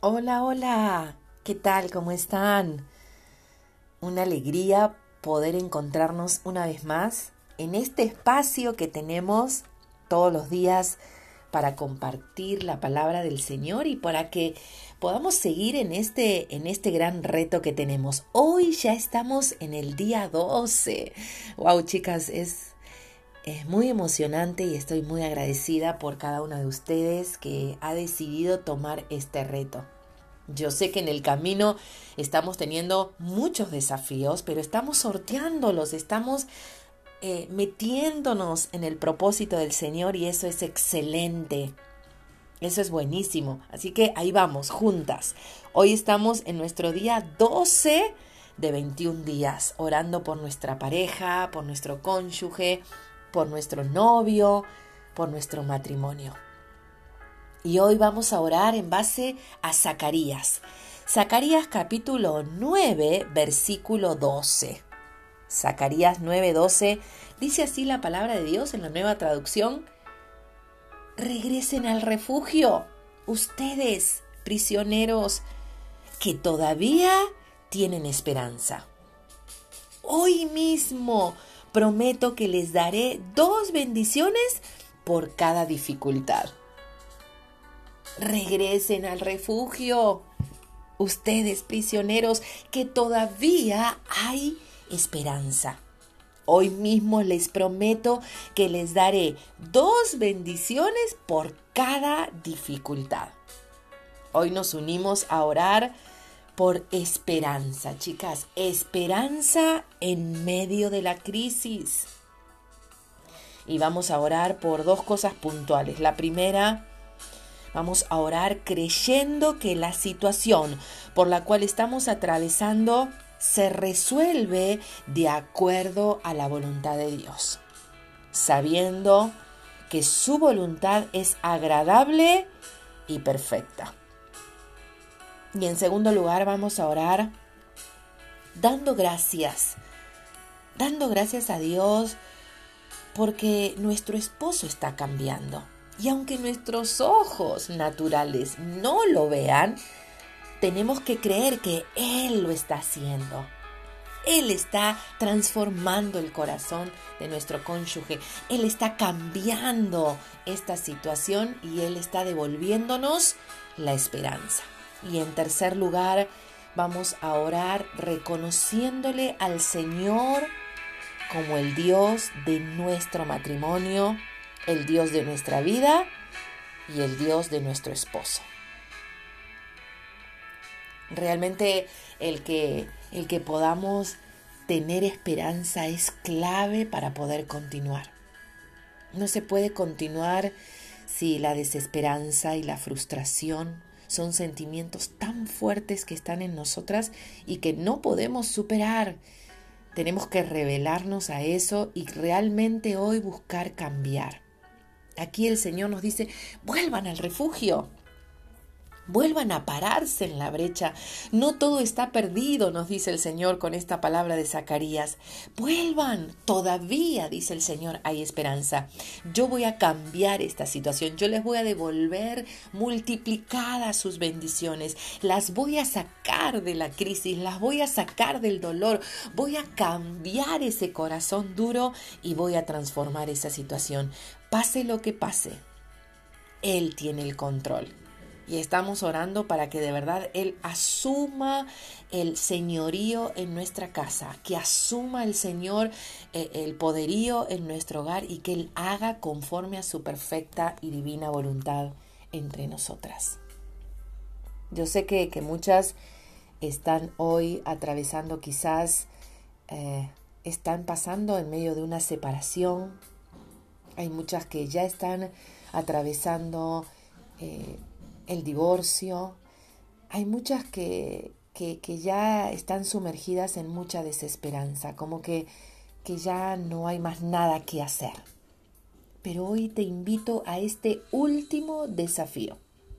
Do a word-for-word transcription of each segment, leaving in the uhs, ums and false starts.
Hola, hola, ¿qué tal? ¿Cómo están? Una alegría poder encontrarnos una vez más en este espacio que tenemos todos los días para compartir la palabra del Señor y para que podamos seguir en este, en este gran reto que tenemos. Hoy ya estamos en el día doce. Wow, chicas, es, es muy emocionante y estoy muy agradecida por cada una de ustedes que ha decidido tomar este reto. Yo sé que en el camino estamos teniendo muchos desafíos, pero estamos sorteándolos, estamos eh, metiéndonos en el propósito del Señor y eso es excelente, eso es buenísimo. Así que ahí vamos, juntas. Hoy estamos en nuestro día doce de veintiún días, orando por nuestra pareja, por nuestro cónyuge, por nuestro novio, por nuestro matrimonio. Y hoy vamos a orar en base a Zacarías. Zacarías capítulo nueve, versículo doce. Zacarías nueve, doce, dice así la palabra de Dios en la Nueva Traducción. Regresen al refugio, ustedes, prisioneros, que todavía tienen esperanza. Hoy mismo prometo que les daré dos bendiciones por cada dificultad. Regresen al refugio, ustedes prisioneros, que todavía hay esperanza. Hoy mismo les prometo que les daré dos bendiciones por cada dificultad. Hoy nos unimos a orar por esperanza, chicas, esperanza en medio de la crisis. Y vamos a orar por dos cosas puntuales. La primera, vamos a orar creyendo que la situación por la cual estamos atravesando se resuelve de acuerdo a la voluntad de Dios, sabiendo que su voluntad es agradable y perfecta. Y en segundo lugar vamos a orar dando gracias, dando gracias a Dios porque nuestro esposo está cambiando. Y aunque nuestros ojos naturales no lo vean, tenemos que creer que Él lo está haciendo. Él está transformando el corazón de nuestro cónyuge. Él está cambiando esta situación y Él está devolviéndonos la esperanza. Y en tercer lugar, vamos a orar reconociéndole al Señor como el Dios de nuestro matrimonio, el Dios de nuestra vida y el Dios de nuestro esposo. Realmente el que, el que podamos tener esperanza es clave para poder continuar. No se puede continuar si la desesperanza y la frustración son sentimientos tan fuertes que están en nosotras y que no podemos superar. Tenemos que revelarnos a eso y realmente hoy buscar cambiar. Aquí el Señor nos dice, vuelvan al refugio, vuelvan a pararse en la brecha. No todo está perdido, nos dice el Señor con esta palabra de Zacarías. Vuelvan, todavía, dice el Señor, hay esperanza. Yo voy a cambiar esta situación, yo les voy a devolver multiplicadas sus bendiciones. Las voy a sacar de la crisis, las voy a sacar del dolor. Voy a cambiar ese corazón duro y voy a transformar esa situación. Pase lo que pase, Él tiene el control. Y estamos orando para que de verdad Él asuma el señorío en nuestra casa, que asuma el Señor eh, el poderío en nuestro hogar y que Él haga conforme a su perfecta y divina voluntad entre nosotras. Yo sé que, que muchas están hoy atravesando quizás, eh, están pasando en medio de una separación. Hay muchas que ya están atravesando eh, el divorcio. Hay muchas que, que, que ya están sumergidas en mucha desesperanza, como que, que ya no hay más nada que hacer. Pero hoy te invito a este último desafío.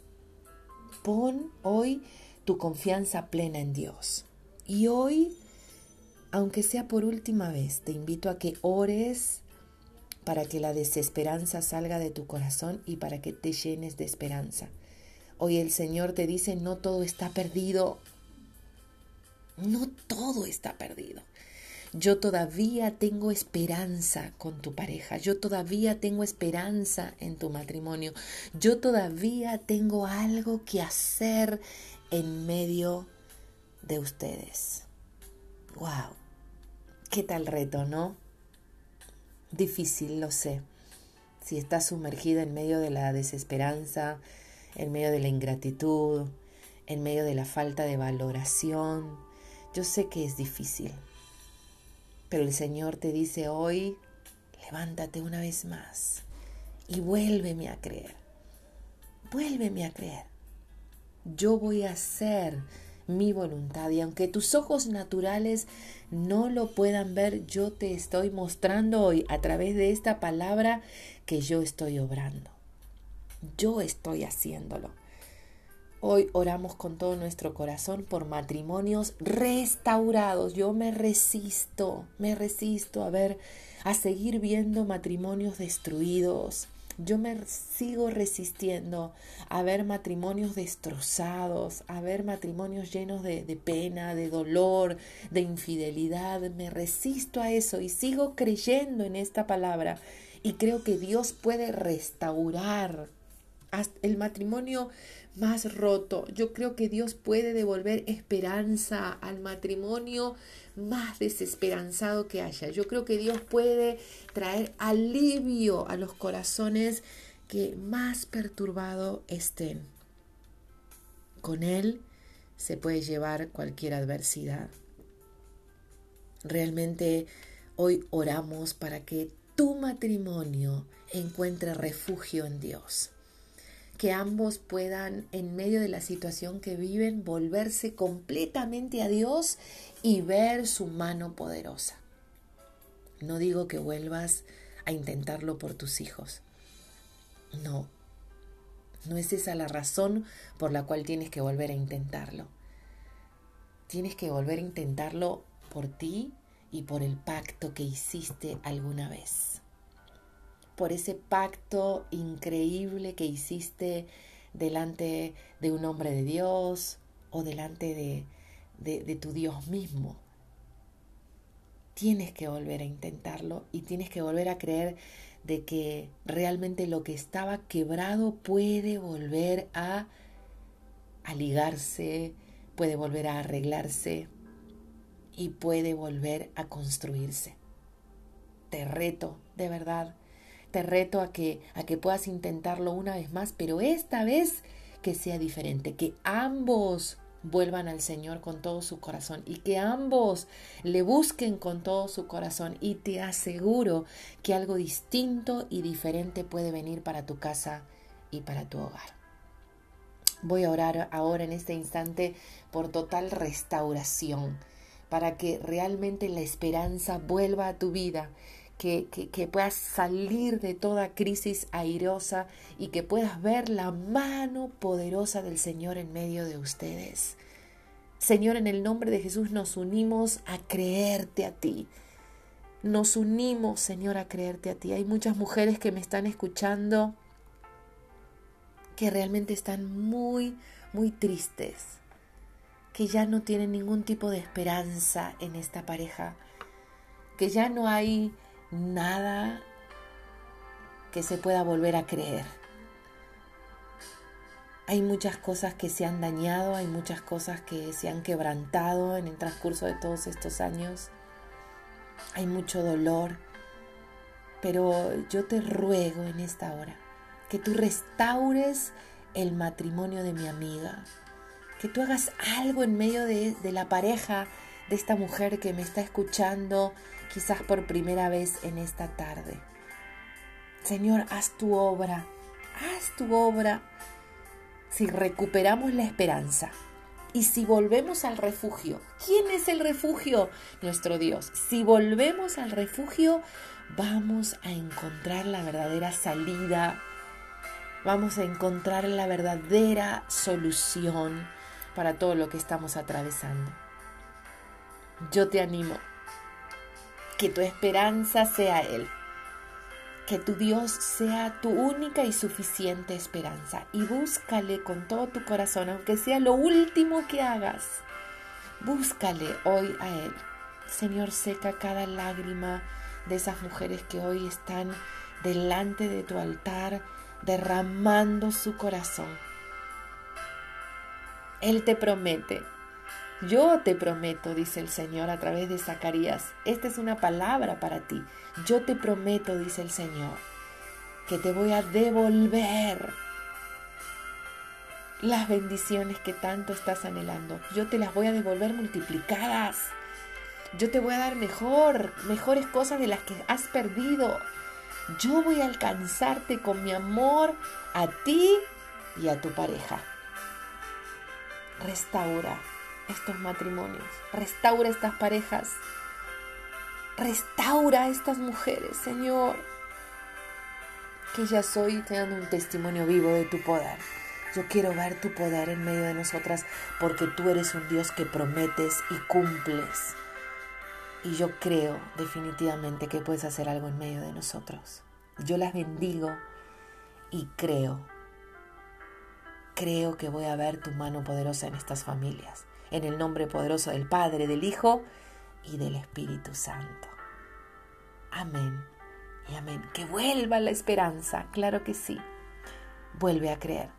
Pon hoy tu confianza plena en Dios. Y hoy, aunque sea por última vez, te invito a que ores para que la desesperanza salga de tu corazón y para que te llenes de esperanza. Hoy el Señor te dice, no todo está perdido. No todo está perdido. Yo todavía tengo esperanza con tu pareja. Yo todavía tengo esperanza en tu matrimonio. Yo todavía tengo algo que hacer en medio de ustedes. ¡Wow! ¿Qué tal reto, no? Difícil, lo sé. Si estás sumergida en medio de la desesperanza, en medio de la ingratitud, en medio de la falta de valoración, yo sé que es difícil. Pero el Señor te dice hoy, levántate una vez más y vuélveme a creer. Vuélveme a creer. Yo voy a hacer mi voluntad y aunque tus ojos naturales no lo puedan ver, yo te estoy mostrando hoy a través de esta palabra que yo estoy obrando. Yo estoy haciéndolo. Hoy oramos con todo nuestro corazón por matrimonios restaurados. Yo me resisto, me resisto a ver, a seguir viendo matrimonios destruidos. Yo me sigo resistiendo a ver matrimonios destrozados, a ver matrimonios llenos de, de pena, de dolor, de infidelidad. Me resisto a eso y sigo creyendo en esta palabra. Y creo que Dios puede restaurar el matrimonio más roto. Yo creo que Dios puede devolver esperanza al matrimonio más desesperanzado que haya. Yo creo que Dios puede traer alivio a los corazones que más perturbados estén. Con Él se puede llevar cualquier adversidad. Realmente hoy oramos para que tu matrimonio encuentre refugio en Dios. Que ambos puedan, en medio de la situación que viven, volverse completamente a Dios y ver su mano poderosa. No digo que vuelvas a intentarlo por tus hijos. No, no es esa la razón por la cual tienes que volver a intentarlo. Tienes que volver a intentarlo por ti y por el pacto que hiciste alguna vez. Por ese pacto increíble que hiciste delante de un hombre de Dios o delante de, de, de tu Dios mismo. Tienes que volver a intentarlo y tienes que volver a creer de que realmente lo que estaba quebrado puede volver a, a ligarse, puede volver a arreglarse y puede volver a construirse. Te reto, de verdad. Te reto a que, a que puedas intentarlo una vez más, pero esta vez que sea diferente, que ambos vuelvan al Señor con todo su corazón y que ambos le busquen con todo su corazón, y te aseguro que algo distinto y diferente puede venir para tu casa y para tu hogar. Voy a orar ahora en este instante por total restauración, para que realmente la esperanza vuelva a tu vida. Que, que, que puedas salir de toda crisis airosa y que puedas ver la mano poderosa del Señor en medio de ustedes. Señor, en el nombre de Jesús nos unimos a creerte a ti. Nos unimos, Señor, a creerte a ti. Hay muchas mujeres que me están escuchando que realmente están muy, muy tristes, que ya no tienen ningún tipo de esperanza en esta pareja, que ya no hay nada que se pueda volver a creer. Hay muchas cosas que se han dañado, hay muchas cosas que se han quebrantado en el transcurso de todos estos años. Hay mucho dolor, pero yo te ruego en esta hora que tú restaures el matrimonio de mi amiga, que tú hagas algo en medio de, de la pareja de esta mujer que me está escuchando quizás por primera vez en esta tarde. Señor, haz tu obra, haz tu obra. Si recuperamos la esperanza y si volvemos al refugio, ¿quién es el refugio? Nuestro Dios. Si volvemos al refugio, vamos a encontrar la verdadera salida, vamos a encontrar la verdadera solución para todo lo que estamos atravesando. Yo te animo. Que tu esperanza sea Él, Que tu Dios sea tu única y suficiente esperanza y búscale con todo tu corazón, aunque sea lo último que hagas. Búscale hoy a Él. Señor, seca cada lágrima de esas mujeres que hoy están delante de tu altar, derramando su corazón. Él te promete. Yo te prometo, dice el Señor a través de Zacarías. Esta es una palabra para ti. Yo te prometo, dice el Señor, que te voy a devolver las bendiciones que tanto estás anhelando. Yo te las voy a devolver multiplicadas. Yo te voy a dar mejor, mejores cosas de las que has perdido. Yo voy a alcanzarte con mi amor a ti y a tu pareja. Restaura estos matrimonios, restaura estas parejas, restaura a estas mujeres, Señor, que ellas hoy te dan un testimonio vivo de tu poder. Yo quiero ver tu poder en medio de nosotras, porque tú eres un Dios que prometes y cumples. Y yo creo definitivamente que puedes hacer algo en medio de nosotros. Yo las bendigo y creo, creo que voy a ver tu mano poderosa en estas familias. En el nombre poderoso del Padre, del Hijo y del Espíritu Santo. Amén y amén. Que vuelva la esperanza, claro que sí. Vuelve a creer.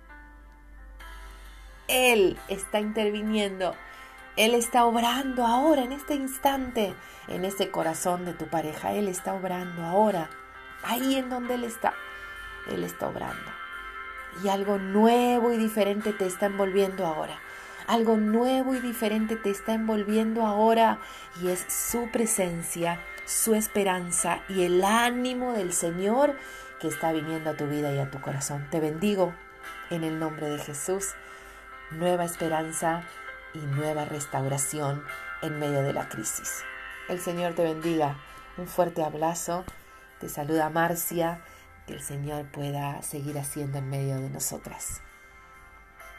Él está interviniendo. Él está obrando ahora, en este instante, en ese corazón de tu pareja. Él está obrando ahora, ahí en donde Él está. Él está obrando. Y algo nuevo y diferente te está envolviendo ahora. Algo nuevo y diferente te está envolviendo ahora, y es su presencia, su esperanza y el ánimo del Señor que está viniendo a tu vida y a tu corazón. Te bendigo en el nombre de Jesús. Nueva esperanza y nueva restauración en medio de la crisis. El Señor te bendiga. Un fuerte abrazo. Te saluda Marcia. Que el Señor pueda seguir haciendo en medio de nosotras.